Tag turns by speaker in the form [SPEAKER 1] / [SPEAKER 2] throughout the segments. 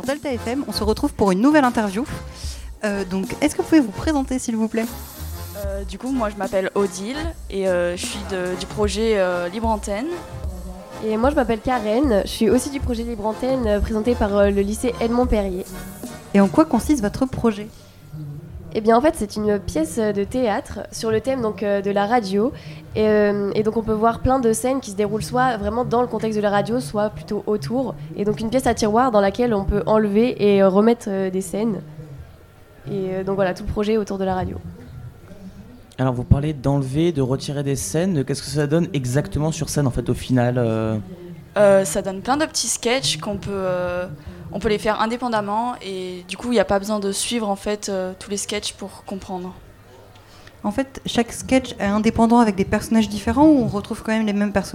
[SPEAKER 1] Delta FM. On se retrouve pour une nouvelle interview. Donc, est-ce que vous pouvez vous présenter, s'il vous plaît ?
[SPEAKER 2] Du coup, moi, je m'appelle Odile et je suis du projet Libre Antenne.
[SPEAKER 3] Et moi, je m'appelle Karen. Je suis aussi du projet Libre Antenne présenté par le lycée Edmond Perrier.
[SPEAKER 1] Et en quoi consiste votre projet ?
[SPEAKER 3] Eh bien, en fait, c'est une pièce de théâtre sur le thème donc, de la radio. Et donc, on peut voir plein de scènes qui se déroulent soit vraiment dans le contexte de la radio, soit plutôt autour. Et donc, une pièce à tiroir dans laquelle on peut enlever et remettre des scènes. Et donc, voilà, tout le projet autour de la radio.
[SPEAKER 4] Alors, vous parlez d'enlever, de retirer des scènes. Qu'est-ce que ça donne exactement sur scène, en fait, au final
[SPEAKER 2] Ça donne plein de petits sketchs qu'on peut... On peut les faire indépendamment et du coup, il n'y a pas besoin de suivre en fait tous les sketchs pour comprendre.
[SPEAKER 1] En fait, chaque sketch est indépendant avec des personnages différents ou on retrouve quand même les mêmes personnages ?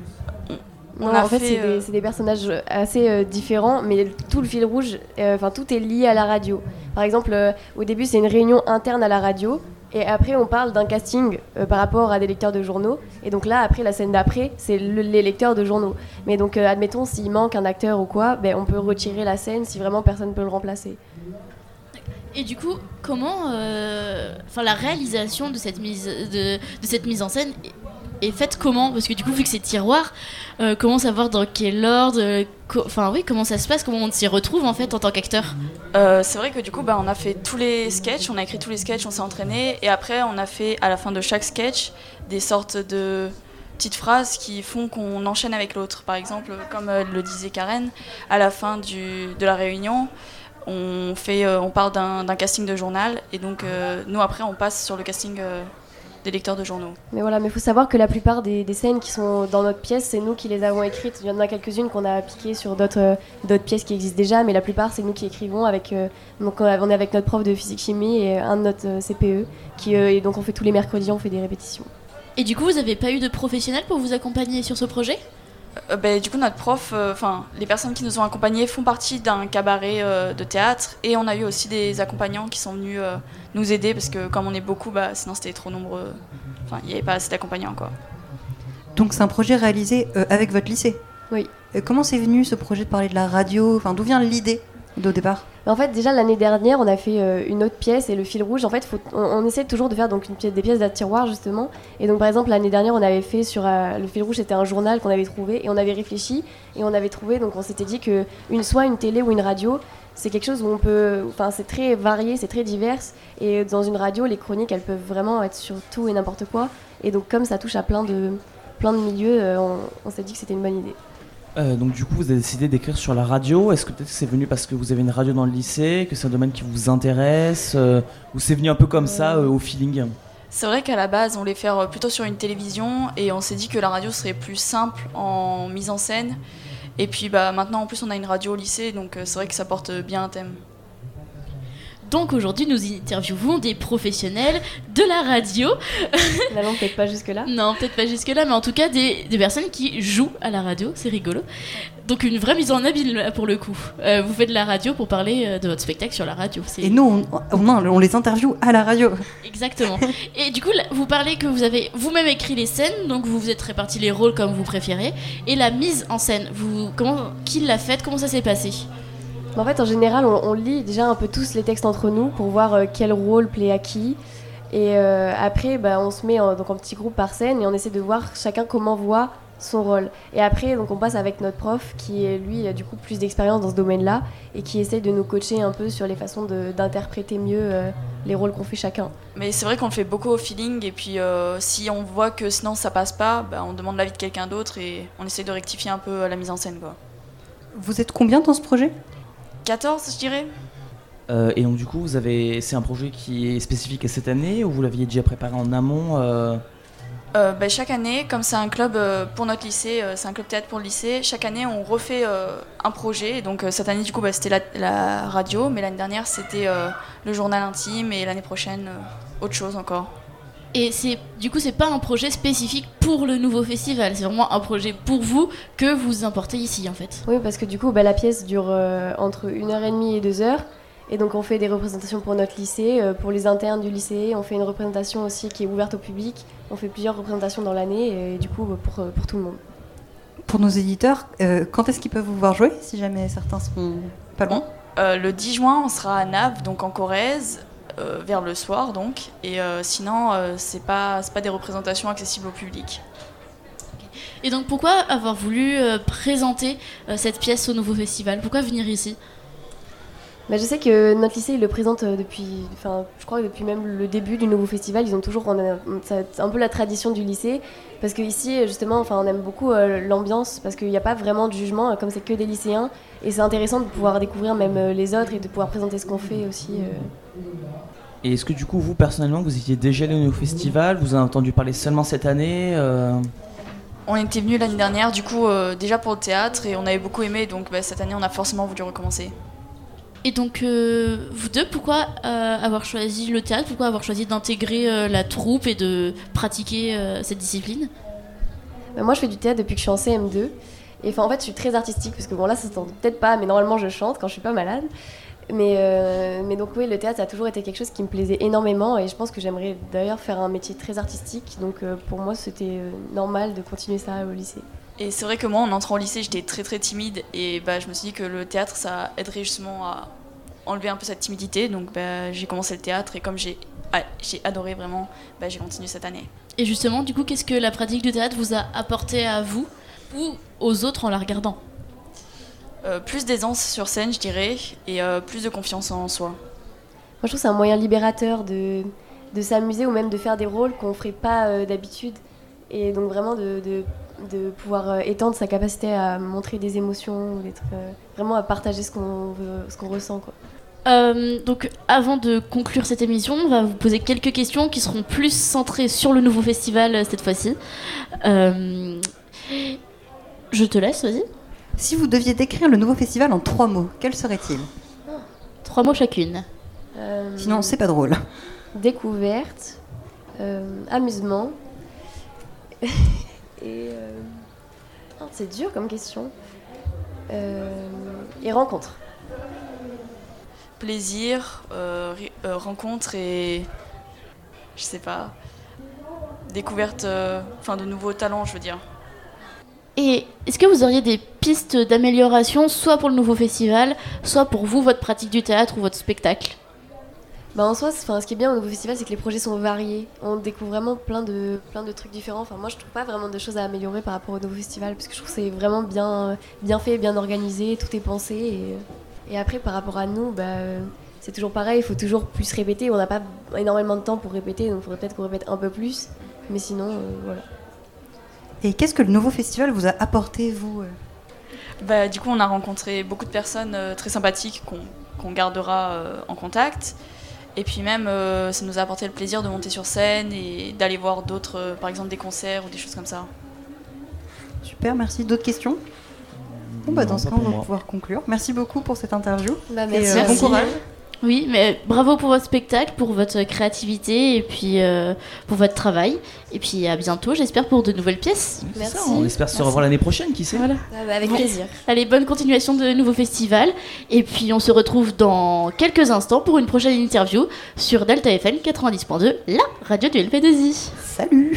[SPEAKER 3] En fait, c'est des personnages assez différents, mais tout le fil rouge, tout est lié à la radio. Par exemple, au début, c'est une réunion interne à la radio. Et après, on parle d'un casting par rapport à des lecteurs de journaux. Et donc là, après, la scène d'après, c'est les lecteurs de journaux. Mais donc, admettons, s'il manque un acteur ou quoi, on peut retirer la scène si vraiment personne ne peut le remplacer.
[SPEAKER 5] Et du coup, comment la réalisation de cette mise en scène est faite comment ? Parce que du coup, vu que c'est tiroir, comment savoir dans quel ordre comment ça se passe, comment on s'y retrouve en fait en tant qu'acteur ?
[SPEAKER 2] C'est vrai que du coup, on a fait tous les sketchs, on a écrit tous les sketchs, on s'est entraîné, et après, on a fait à la fin de chaque sketch des sortes de petites phrases qui font qu'on enchaîne avec l'autre. Par exemple, comme le disait Karen, à la fin de la réunion, on parle d'un casting de journal, et donc nous après, on passe sur le casting des lecteurs de journaux.
[SPEAKER 3] Mais il faut savoir que la plupart des scènes qui sont dans notre pièce, c'est nous qui les avons écrites. Il y en a quelques-unes qu'on a appliquées sur d'autres pièces qui existent déjà, mais la plupart, c'est nous qui écrivons. Donc on est avec notre prof de physique-chimie et un de notre CPE, et donc on fait tous les mercredis, on fait des répétitions.
[SPEAKER 5] Et du coup, vous n'avez pas eu de professionnels pour vous accompagner sur ce projet ?
[SPEAKER 2] Du coup, notre prof, les personnes qui nous ont accompagnés font partie d'un cabaret de théâtre, et on a eu aussi des accompagnants qui sont venus nous aider parce que comme on est beaucoup, sinon c'était trop nombreux. Il n'y avait pas assez d'accompagnants, quoi.
[SPEAKER 1] Donc c'est un projet réalisé avec votre lycée ?
[SPEAKER 3] Oui.
[SPEAKER 1] Comment c'est venu ce projet de parler de la radio ? D'où vient l'idée au départ ?
[SPEAKER 3] En fait, déjà l'année dernière, on a fait une autre pièce et le fil rouge. En fait, on essaie toujours de faire donc des pièces à tiroir justement. Et donc, par exemple, l'année dernière, on avait fait sur le fil rouge, c'était un journal qu'on avait trouvé et on avait réfléchi et on avait trouvé. Donc, on s'était dit que soit une télé ou une radio, c'est quelque chose où on peut. C'est très varié, c'est très divers. Et dans une radio, les chroniques, elles peuvent vraiment être sur tout et n'importe quoi. Et donc, comme ça touche à plein de milieux, on s'est dit que c'était une bonne idée.
[SPEAKER 4] Donc du coup, vous avez décidé d'écrire sur la radio. Est-ce que peut-être que c'est venu parce que vous avez une radio dans le lycée, que c'est un domaine qui vous intéresse, ou c'est venu un peu comme ça, au feeling ?
[SPEAKER 2] C'est vrai qu'à la base, on voulait faire plutôt sur une télévision et on s'est dit que la radio serait plus simple en mise en scène. Et puis maintenant, en plus, on a une radio au lycée, donc c'est vrai que ça porte bien un thème.
[SPEAKER 5] Donc aujourd'hui, nous interviewons des professionnels de la radio.
[SPEAKER 3] Non, peut-être pas jusque-là.
[SPEAKER 5] Non, peut-être pas jusque-là, mais en tout cas des personnes qui jouent à la radio, c'est rigolo. Donc une vraie mise en habile pour le coup. Vous faites de la radio pour parler de votre spectacle sur la radio.
[SPEAKER 1] Et nous, on les interviewe à la radio.
[SPEAKER 5] Exactement. Et du coup, vous parlez que vous avez vous-même écrit les scènes, donc vous vous êtes répartis les rôles comme vous préférez. Et la mise en scène, qui l'a faite ? Comment ça s'est passé ?
[SPEAKER 3] En fait, en général, on lit déjà un peu tous les textes entre nous pour voir quel rôle plaît à qui. Et après, on se met en petits groupes par scène et on essaie de voir chacun comment voit son rôle. Et après, donc, on passe avec notre prof qui, lui, a du coup plus d'expérience dans ce domaine-là et qui essaie de nous coacher un peu sur les façons d'interpréter mieux les rôles qu'on fait chacun.
[SPEAKER 2] Mais c'est vrai qu'on le fait beaucoup au feeling et puis si on voit que sinon ça passe pas, on demande l'avis de quelqu'un d'autre et on essaie de rectifier un peu la mise en scène, quoi.
[SPEAKER 1] Vous êtes combien dans ce projet ?
[SPEAKER 2] 14, je dirais.
[SPEAKER 4] Et donc du coup, c'est un projet qui est spécifique à cette année ou vous l'aviez déjà préparé en amont
[SPEAKER 2] Chaque année, comme c'est un club pour notre lycée, c'est un club théâtre pour le lycée, chaque année on refait un projet. Donc cette année du coup c'était la radio, mais l'année dernière c'était le journal intime et l'année prochaine autre chose encore.
[SPEAKER 5] Et c'est pas un projet spécifique pour le nouveau festival, c'est vraiment un projet pour vous que vous importez ici en fait.
[SPEAKER 3] Oui, parce que du coup la pièce dure entre 1h30 et 2h. Et donc on fait des représentations pour notre lycée, pour les internes du lycée, on fait une représentation aussi qui est ouverte au public, on fait plusieurs représentations dans l'année et du coup pour tout le monde.
[SPEAKER 1] Pour nos éditeurs, quand est-ce qu'ils peuvent vous voir jouer, si jamais certains sont Pas loin.
[SPEAKER 2] Le 10 juin, on sera à Naves, donc en Corrèze, vers le soir donc. Et sinon, c'est pas des représentations accessibles au public.
[SPEAKER 5] Et donc pourquoi avoir voulu présenter cette pièce au nouveau festival? Pourquoi venir ici?
[SPEAKER 3] Bah, je sais que notre lycée il le présente depuis, je crois que depuis même le début du nouveau festival, ils ont toujours, c'est un peu la tradition du lycée, parce qu'ici justement, on aime beaucoup l'ambiance, parce qu'il n'y a pas vraiment de jugement, comme c'est que des lycéens, et c'est intéressant de pouvoir découvrir même les autres et de pouvoir présenter ce qu'on fait aussi.
[SPEAKER 4] Et est-ce que du coup, vous personnellement, vous étiez déjà allé au festival? Vous en avez entendu parler seulement cette année?
[SPEAKER 2] On était venus l'année dernière, du coup, déjà pour le théâtre, et on avait beaucoup aimé, donc cette année, on a forcément voulu recommencer.
[SPEAKER 5] Et donc, vous deux, pourquoi avoir choisi le théâtre? Pourquoi avoir choisi d'intégrer la troupe et de pratiquer cette discipline?
[SPEAKER 3] Moi, je fais du théâtre depuis que je suis en CM2. Et en fait, je suis très artistique, parce que bon, là, ça s'entend peut-être pas, mais normalement, je chante quand je suis pas malade. Mais donc, oui, le théâtre, ça a toujours été quelque chose qui me plaisait énormément. Et je pense que j'aimerais d'ailleurs faire un métier très artistique. Donc, pour moi, c'était normal de continuer ça au lycée.
[SPEAKER 2] Et c'est vrai que moi, en entrant au lycée, j'étais très très timide et je me suis dit que le théâtre, ça aiderait justement à enlever un peu cette timidité. Donc j'ai commencé le théâtre et comme j'ai adoré vraiment, j'ai continué cette année.
[SPEAKER 5] Et justement, du coup, qu'est-ce que la pratique du théâtre vous a apporté à vous ou aux autres en la regardant?
[SPEAKER 2] Plus d'aisance sur scène, je dirais, et plus de confiance en soi.
[SPEAKER 3] Moi, je trouve que c'est un moyen libérateur de s'amuser ou même de faire des rôles qu'on ne ferait pas d'habitude. Et donc vraiment de pouvoir étendre sa capacité à montrer des émotions, ou d'être vraiment à partager ce qu'on ressent, quoi.
[SPEAKER 5] Donc avant de conclure cette émission, on va vous poser quelques questions qui seront plus centrées sur le nouveau festival cette fois-ci. Je te laisse, vas-y.
[SPEAKER 1] Si vous deviez décrire le nouveau festival en 3 mots, quels seraient-ils?
[SPEAKER 5] 3 mots chacune.
[SPEAKER 1] Sinon, c'est pas drôle.
[SPEAKER 3] Découverte, amusement... Et c'est dur comme question. Et rencontre.
[SPEAKER 2] Plaisir, rencontre et je sais pas, découverte, de nouveaux talents, je veux dire.
[SPEAKER 5] Et est-ce que vous auriez des pistes d'amélioration, soit pour le nouveau festival, soit pour vous, votre pratique du théâtre ou votre spectacle?
[SPEAKER 3] En soi, ce qui est bien au nouveau festival, c'est que les projets sont variés. On découvre vraiment plein de trucs différents. Moi, je trouve pas vraiment de choses à améliorer par rapport au nouveau festival, parce que je trouve que c'est vraiment bien fait, bien organisé, tout est pensé. Et après, par rapport à nous, c'est toujours pareil, il faut toujours plus répéter. On n'a pas énormément de temps pour répéter, donc il faudrait peut-être qu'on répète un peu plus. Mais sinon, voilà.
[SPEAKER 1] Et qu'est-ce que le nouveau festival vous a apporté, vous?
[SPEAKER 2] Du coup, on a rencontré beaucoup de personnes très sympathiques qu'on gardera en contact. Et puis même, ça nous a apporté le plaisir de monter sur scène et d'aller voir d'autres, par exemple des concerts ou des choses comme ça.
[SPEAKER 1] Super, merci. D'autres questions? Bon, dans ce cas, on va pouvoir conclure. Merci beaucoup pour cette interview.
[SPEAKER 3] Merci.
[SPEAKER 1] Bon courage.
[SPEAKER 5] Oui, mais bravo pour votre spectacle, pour votre créativité et puis pour votre travail. Et puis à bientôt, j'espère, pour de nouvelles pièces.
[SPEAKER 3] Merci.
[SPEAKER 4] Ça, on espère se revoir l'année prochaine, qui sait.
[SPEAKER 5] Voilà.
[SPEAKER 3] Avec plaisir.
[SPEAKER 5] Allez, bonne continuation de nouveau festival. Et puis on se retrouve dans quelques instants pour une prochaine interview sur Delta FM 90.2, la radio du LP2I.
[SPEAKER 1] Salut!